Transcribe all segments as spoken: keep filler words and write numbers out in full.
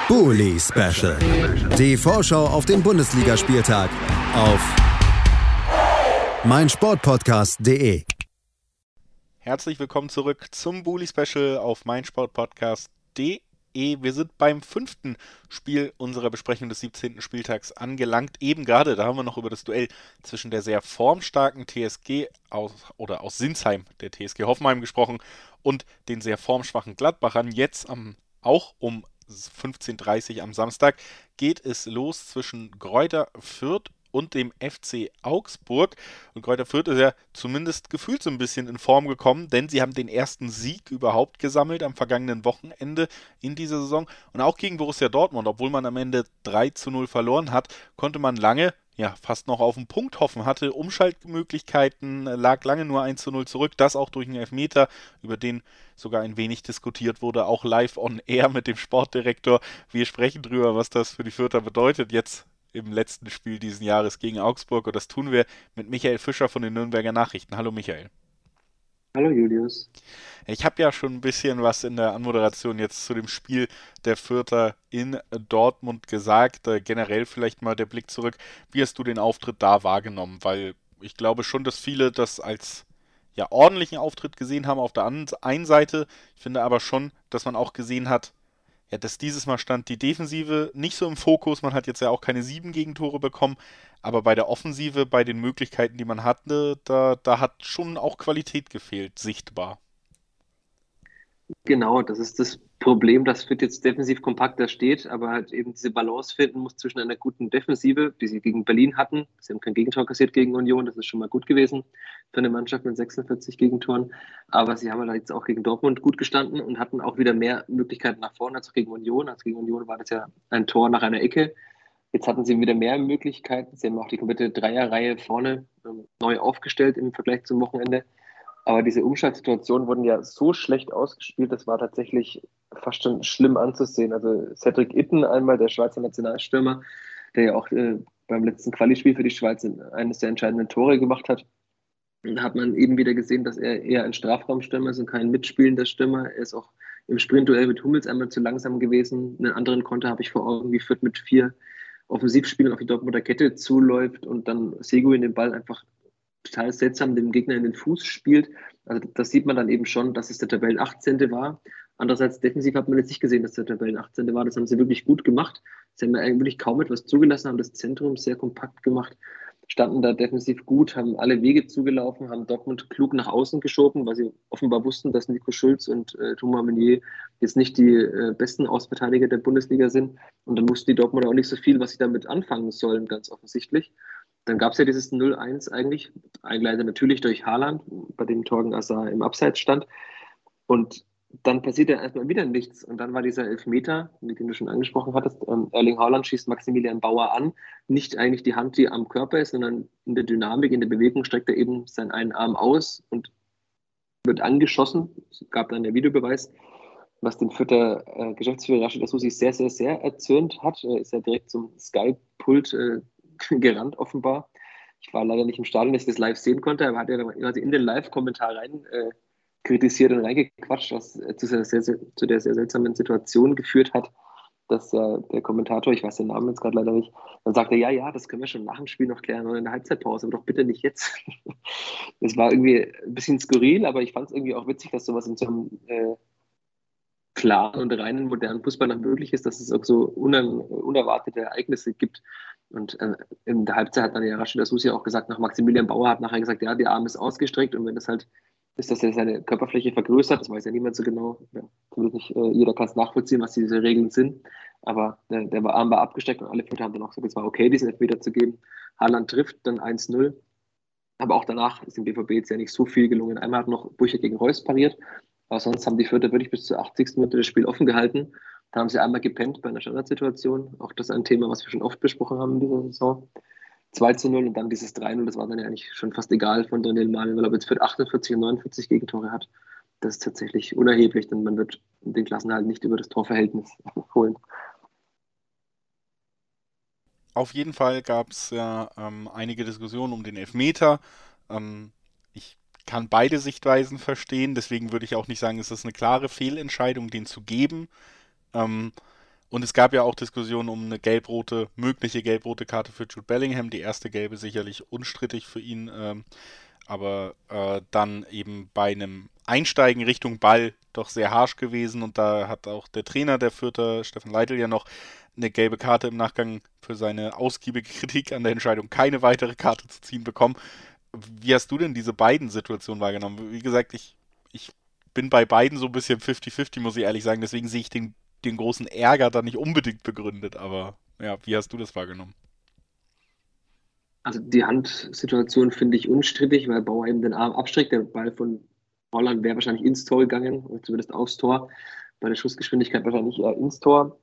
Bully Special. Die Vorschau auf den Bundesligaspieltag auf meinsportpodcast punkt de. Herzlich willkommen zurück zum Bully Special auf meinsportpodcast punkt de. Wir sind beim fünften Spiel unserer Besprechung des siebzehnten Spieltags angelangt. Eben gerade, da haben wir noch über das Duell zwischen der sehr formstarken T S G aus, oder aus Sinsheim, der T S G Hoffenheim, gesprochen und den sehr formschwachen Gladbachern. Jetzt am, auch um fünfzehn Uhr dreißig am Samstag geht es los zwischen Greuther Fürth und dem F C Augsburg. Und Greuther Fürth ist ja zumindest gefühlt so ein bisschen in Form gekommen, denn sie haben den ersten Sieg überhaupt gesammelt am vergangenen Wochenende in dieser Saison. Und auch gegen Borussia Dortmund, obwohl man am Ende drei zu null verloren hat, konnte man lange, ja, fast noch auf den Punkt hoffen, hatte Umschaltmöglichkeiten, lag lange nur eins zu null zurück, das auch durch einen Elfmeter, über den sogar ein wenig diskutiert wurde, auch live on air mit dem Sportdirektor. Wir sprechen drüber, was das für die Fürther bedeutet, jetzt im letzten Spiel dieses Jahres gegen Augsburg, und das tun wir mit Michael Fischer von den Nürnberger Nachrichten. Hallo Michael. Hallo Julius. Ich habe ja schon ein bisschen was in der Anmoderation jetzt zu dem Spiel der Fürther in Dortmund gesagt. Äh, generell vielleicht mal der Blick zurück. Wie hast du den Auftritt da wahrgenommen? Weil ich glaube schon, dass viele das als ja ordentlichen Auftritt gesehen haben auf der einen Seite. Ich finde aber schon, dass man auch gesehen hat, ja, dass dieses Mal stand die Defensive nicht so im Fokus. Man hat jetzt ja auch keine sieben Gegentore bekommen, aber bei der Offensive, bei den Möglichkeiten, die man hatte, da, da hat schon auch Qualität gefehlt, sichtbar. Genau, das ist das Problem, dass Fürth jetzt defensiv kompakter steht, aber halt eben diese Balance finden muss zwischen einer guten Defensive, die sie gegen Berlin hatten. Sie haben kein Gegentor kassiert gegen Union, das ist schon mal gut gewesen für eine Mannschaft mit sechsundvierzig Gegentoren. Aber sie haben halt jetzt auch gegen Dortmund gut gestanden und hatten auch wieder mehr Möglichkeiten nach vorne als gegen Union. Also gegen Union war das ja ein Tor nach einer Ecke. Jetzt hatten sie wieder mehr Möglichkeiten. Sie haben auch die komplette Dreierreihe vorne ähm, neu aufgestellt im Vergleich zum Wochenende. Aber diese Umschaltsituationen wurden ja so schlecht ausgespielt, das war tatsächlich fast schon schlimm anzusehen. Also Cedric Itten einmal, der Schweizer Nationalstürmer, der ja auch äh, beim letzten Quali-Spiel für die Schweiz eines der entscheidenden Tore gemacht hat. Da hat man eben wieder gesehen, dass er eher ein Strafraumstürmer ist und kein mitspielender Stürmer. Er ist auch im Sprintduell mit Hummels einmal zu langsam gewesen. Einen anderen Konter habe ich vor Augen, wie Fürth mit vier Offensivspielern auf die Dortmunder Kette zuläuft und dann Seguin den Ball einfach total seltsam dem Gegner in den Fuß spielt. Also das sieht man dann eben schon, dass es der Tabellen achtzehnte war. Andererseits defensiv hat man jetzt nicht gesehen, dass der Tabellen achtzehnte war. Das haben sie wirklich gut gemacht. Sie haben eigentlich kaum etwas zugelassen, haben das Zentrum sehr kompakt gemacht, standen da defensiv gut, haben alle Wege zugelaufen, haben Dortmund klug nach außen geschoben, weil sie offenbar wussten, dass Nico Schulz und äh, Thomas Meunier jetzt nicht die äh, besten Außenverteidiger der Bundesliga sind. Und dann wussten die Dortmunder auch nicht so viel, was sie damit anfangen sollen, ganz offensichtlich. Dann gab es ja dieses null eins eigentlich, eingeleitet natürlich durch Haaland, bei dem Torgen Hazard im Abseits stand. Und dann passiert ja erstmal wieder nichts. Und dann war dieser Elfmeter, mit dem du schon angesprochen hattest, ähm, Erling Haaland schießt Maximilian Bauer an. Nicht eigentlich die Hand, die am Körper ist, sondern in der Dynamik, in der Bewegung streckt er eben seinen einen Arm aus und wird angeschossen. Es gab dann der Videobeweis, was den Fürther äh, Geschäftsführer Rashid Asusi sehr, sehr, sehr erzürnt hat. Er ist ja direkt zum Sky-Pult äh, gerannt, offenbar. Ich war leider nicht im Stadion, dass ich das live sehen konnte, aber hat er quasi in den Live-Kommentar rein äh, kritisiert und reingequatscht, was äh, zu, sehr, sehr, zu der sehr seltsamen Situation geführt hat, dass äh, der Kommentator, ich weiß den Namen jetzt gerade leider nicht, dann sagte, ja, ja, das können wir schon nach dem Spiel noch klären oder in der Halbzeitpause, aber doch bitte nicht jetzt. Das war irgendwie ein bisschen skurril, aber ich fand es irgendwie auch witzig, dass sowas in so einem äh, klaren und reinen modernen Fußball noch möglich ist, dass es auch so uner unerwartete Ereignisse gibt. Und äh, in der Halbzeit hat dann ja Rashid Asusi auch gesagt, nach Maximilian Bauer hat nachher gesagt, ja, der Arm ist ausgestreckt und wenn das halt ist, dass er seine Körperfläche vergrößert, das weiß ja niemand so genau, ja, nicht, äh, jeder kann es nachvollziehen, was diese Regeln sind, aber der, der Arm war abgesteckt und alle Fürther haben dann auch gesagt, es war okay, diesen Elfmeter zu geben. Haaland trifft dann eins null, aber auch danach ist dem B V B jetzt ja nicht so viel gelungen. Einmal hat noch Bucher gegen Reus pariert, aber sonst haben die Fürther wirklich bis zur achtzigsten Minute das Spiel offen gehalten. Da haben sie einmal gepennt bei einer Standardsituation. Auch das ist ein Thema, was wir schon oft besprochen haben in dieser Saison. zwei zu null und dann dieses drei null, das war dann ja eigentlich schon fast egal von Daniel Mahlen, weil er jetzt für achtundvierzig und neunundvierzig Gegentore hat. Das ist tatsächlich unerheblich, denn man wird den Klassenerhalt nicht über das Torverhältnis holen. Auf jeden Fall gab es ja ähm, einige Diskussionen um den Elfmeter. Ähm, ich kann beide Sichtweisen verstehen, deswegen würde ich auch nicht sagen, es ist eine klare Fehlentscheidung, den zu geben. Ähm, Und es gab ja auch Diskussionen um eine gelb-rote, mögliche gelb-rote Karte für Jude Bellingham. Die erste gelbe sicherlich unstrittig für ihn, ähm, aber äh, dann eben bei einem Einsteigen Richtung Ball doch sehr harsch gewesen. Und da hat auch der Trainer der Fürther, Stefan Leitl, ja noch eine gelbe Karte im Nachgang für seine ausgiebige Kritik an der Entscheidung, keine weitere Karte zu ziehen, bekommen. Wie hast du denn diese beiden Situationen wahrgenommen? Wie gesagt, ich, ich bin bei beiden so ein bisschen fifty fifty, muss ich ehrlich sagen. Deswegen sehe ich den, den großen Ärger da nicht unbedingt begründet. Aber ja, wie hast du das wahrgenommen? Also die Handsituation finde ich unstrittig, weil Bauer eben den Arm abstreckt. Der Ball von Holland wäre wahrscheinlich ins Tor gegangen, oder zumindest aufs Tor. Bei der Schussgeschwindigkeit wahrscheinlich eher ins Tor.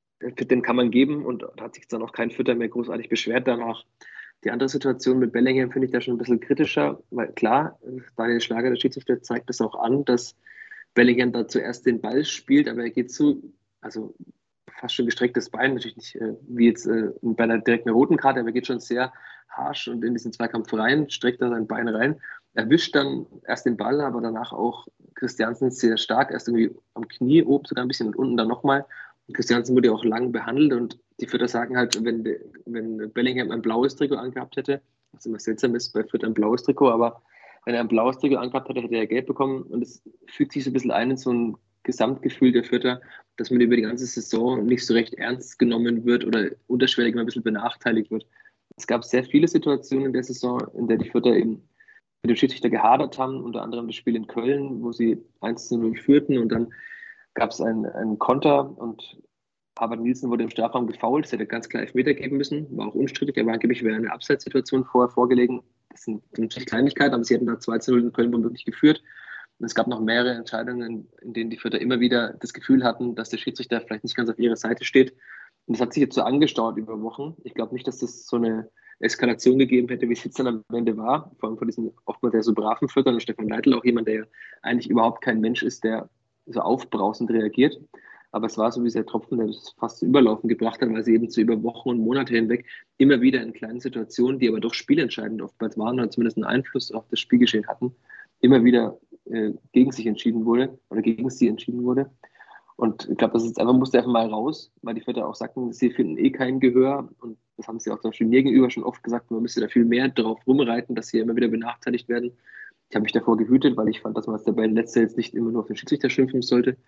Den kann man geben und da hat sich dann auch kein Vierter mehr großartig beschwert danach. Die andere Situation mit Bellingham finde ich da schon ein bisschen kritischer, weil klar, Daniel Schlager, der Schiedsrichter, zeigt das auch an, dass Bellingham da zuerst den Ball spielt, aber er geht zu, also fast schon gestrecktes Bein, natürlich nicht äh, wie jetzt äh, bei einer direkten roten Karte, aber er geht schon sehr harsch und in diesen Zweikampf rein, streckt da sein Bein rein, erwischt dann erst den Ball, aber danach auch Christiansen sehr stark, erst irgendwie am Knie oben sogar ein bisschen und unten dann nochmal. Christiansen wurde ja auch lang behandelt und die Fürther sagen halt, wenn, wenn Bellingham ein blaues Trikot angehabt hätte, was immer seltsam ist, bei Fürth ein blaues Trikot, aber wenn er ein blaues Trikot angehabt hätte, hätte er gelb bekommen und es fügt sich so ein bisschen ein in so ein Gesamtgefühl der Fürther, dass man über die ganze Saison nicht so recht ernst genommen wird oder unterschwellig immer ein bisschen benachteiligt wird. Es gab sehr viele Situationen in der Saison, in der die Fürther eben mit dem Schiedsrichter gehadert haben, unter anderem das Spiel in Köln, wo sie eins zu null führten und dann gab es einen, einen Konter und Harvard Nielsen wurde im Strafraum gefoult. Es hätte ganz klar Elfmeter geben müssen, war auch unstrittig. Er war angeblich wäre eine Abseitssituation vorher vorgelegen. Das sind natürlich Kleinigkeiten, aber sie hätten da zwei zu null in Köln womöglich geführt. Und es gab noch mehrere Entscheidungen, in denen die Fürther immer wieder das Gefühl hatten, dass der Schiedsrichter vielleicht nicht ganz auf ihrer Seite steht. Und das hat sich jetzt so angestaut über Wochen. Ich glaube nicht, dass das so eine Eskalation gegeben hätte, wie es jetzt dann am Ende war. Vor allem von diesen oftmals sehr so braven Fürtern und Stefan Leitl, auch jemand, der ja eigentlich überhaupt kein Mensch ist, der so aufbrausend reagiert. Aber es war so wie der Tropfen, der das fast zu Überlaufen gebracht hat, weil sie eben zu über Wochen und Monate hinweg immer wieder in kleinen Situationen, die aber doch spielentscheidend oftmals waren oder zumindest einen Einfluss auf das Spielgeschehen hatten, immer wieder äh, gegen sich entschieden wurde oder gegen sie entschieden wurde. Und ich glaube, das ist jetzt einfach, musste einfach mal raus, weil die Väter auch sagten, sie finden eh kein Gehör. Und das haben sie auch zum Beispiel mir gegenüber schon oft gesagt, man müsste da viel mehr drauf rumreiten, dass sie immer wieder benachteiligt werden. Ich habe mich davor gehütet, weil ich fand, dass man als der Tabellenletzte jetzt nicht immer nur auf den Schiedsrichter schimpfen sollte.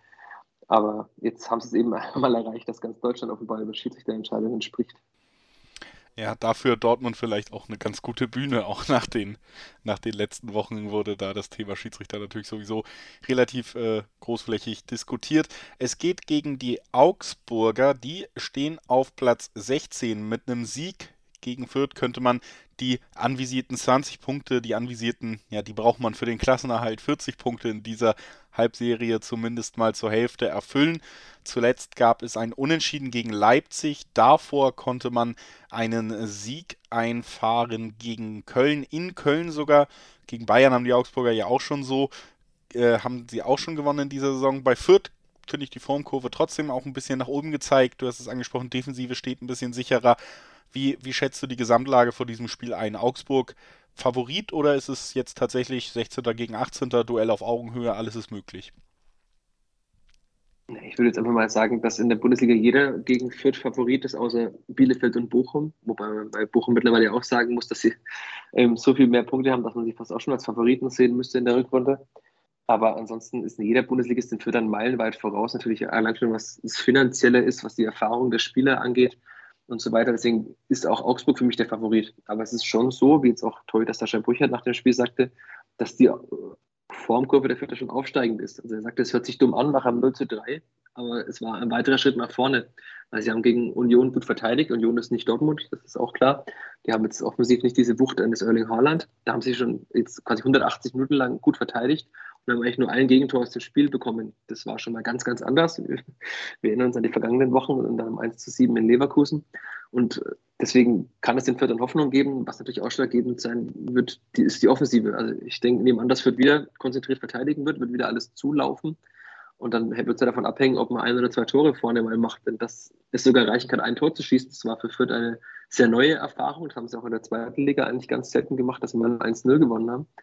Aber jetzt haben sie es eben einmal erreicht, dass ganz Deutschland offenbar über Schiedsrichterentscheidungen spricht. Ja, dafür Dortmund vielleicht auch eine ganz gute Bühne. Auch nach den, nach den letzten Wochen wurde da das Thema Schiedsrichter natürlich sowieso relativ äh, großflächig diskutiert. Es geht gegen die Augsburger. Die stehen auf Platz sechzehn. Mit einem Sieg gegen Fürth könnte man die anvisierten zwanzig Punkte, die anvisierten, ja, die braucht man für den Klassenerhalt, vierzig Punkte in dieser Halbserie zumindest mal zur Hälfte erfüllen. Zuletzt gab es ein Unentschieden gegen Leipzig. Davor konnte man einen Sieg einfahren gegen Köln, in Köln sogar. Gegen Bayern haben die Augsburger ja auch schon so, äh, haben sie auch schon gewonnen in dieser Saison. Bei Fürth finde ich die Formkurve trotzdem auch ein bisschen nach oben gezeigt. Du hast es angesprochen, Defensive steht ein bisschen sicherer. Wie, wie schätzt du die Gesamtlage vor diesem Spiel ein? Augsburg Favorit oder ist es jetzt tatsächlich sechzehnter gegen achtzehnter Duell auf Augenhöhe, alles ist möglich? Ich würde jetzt einfach mal sagen, dass in der Bundesliga jeder gegen Fürth Favorit ist, außer Bielefeld und Bochum. Wobei man bei Bochum mittlerweile auch sagen muss, dass sie ähm, so viel mehr Punkte haben, dass man sie fast auch schon als Favoriten sehen müsste in der Rückrunde. Aber ansonsten ist jeder Bundesligist in Fürth dann meilenweit voraus. Natürlich allein schon, was das Finanzielle ist, was die Erfahrung der Spieler angeht und so weiter. Deswegen ist auch Augsburg für mich der Favorit. Aber es ist schon so, wie jetzt auch Torhüter Sascha Burchert nach dem Spiel sagte, dass die Formkurve der Fürther schon aufsteigend ist. Also er sagte, es hört sich dumm an nach einem null zu drei, aber es war ein weiterer Schritt nach vorne. Also sie haben gegen Union gut verteidigt. Union ist nicht Dortmund, das ist auch klar. Die haben jetzt offensiv nicht diese Wucht eines Erling Haaland. Da haben sie schon jetzt quasi hundertachtzig Minuten lang gut verteidigt und haben eigentlich nur ein Gegentor aus dem Spiel bekommen. Das war schon mal ganz, ganz anders. Wir erinnern uns an die vergangenen Wochen und dann um eins zu sieben in Leverkusen. Und deswegen kann es den Fürthern Hoffnung geben. Was natürlich ausschlaggebend sein wird, die, ist die Offensive. Also ich denke, nebenan, dass Fürth wieder konzentriert verteidigen wird, wird wieder alles zulaufen. Und dann wird es ja davon abhängen, ob man ein oder zwei Tore vorne mal macht. Denn das es sogar reichen kann, ein Tor zu schießen. Das war für Fürth eine sehr neue Erfahrung. Das haben sie auch in der zweiten Liga eigentlich ganz selten gemacht, dass wir eins null gewonnen haben.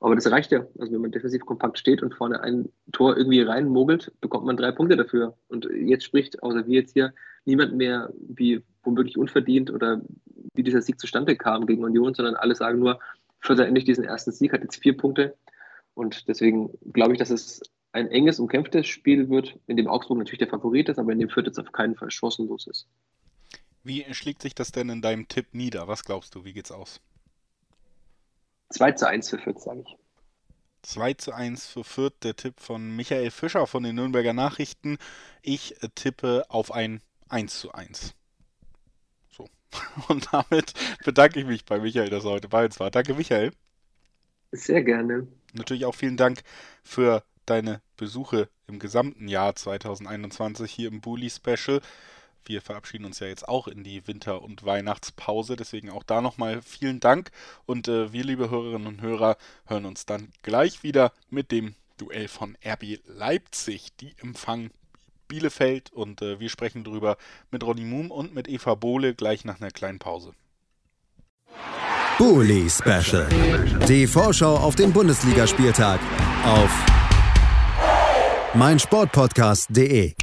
Aber das reicht ja. Also wenn man defensiv kompakt steht und vorne ein Tor irgendwie reinmogelt, bekommt man drei Punkte dafür. Und jetzt spricht, außer wir jetzt hier, niemand mehr, wie womöglich unverdient oder wie dieser Sieg zustande kam gegen Union, sondern alle sagen nur, Fürth hat endlich diesen ersten Sieg, hat jetzt vier Punkte. Und deswegen glaube ich, dass es ein enges, umkämpftes Spiel wird, in dem Augsburg natürlich der Favorit ist, aber in dem Fürth jetzt auf keinen Fall chancenlos ist. Wie schlägt sich das denn in deinem Tipp nieder? Was glaubst du, wie geht's aus? zwei zu eins für Fürth, sage ich. zwei zu eins für Fürth, der Tipp von Michael Fischer von den Nürnberger Nachrichten. Ich tippe auf ein eins zu eins. So. Und damit bedanke ich mich bei Michael, dass er heute bei uns war. Danke, Michael. Sehr gerne. Natürlich auch vielen Dank für deine Besuche im gesamten Jahr zwanzig einundzwanzig hier im Bully Special. Wir verabschieden uns ja jetzt auch in die Winter- und Weihnachtspause, deswegen auch da nochmal vielen Dank. Und äh, wir, liebe Hörerinnen und Hörer, hören uns dann gleich wieder mit dem Duell von R B Leipzig. Die empfangen Bielefeld und äh, wir sprechen drüber mit Ronny Muhm und mit Eva Bohle gleich nach einer kleinen Pause. Bully Special. Die Vorschau auf den Bundesligaspieltag auf meinsportpodcast punkt de.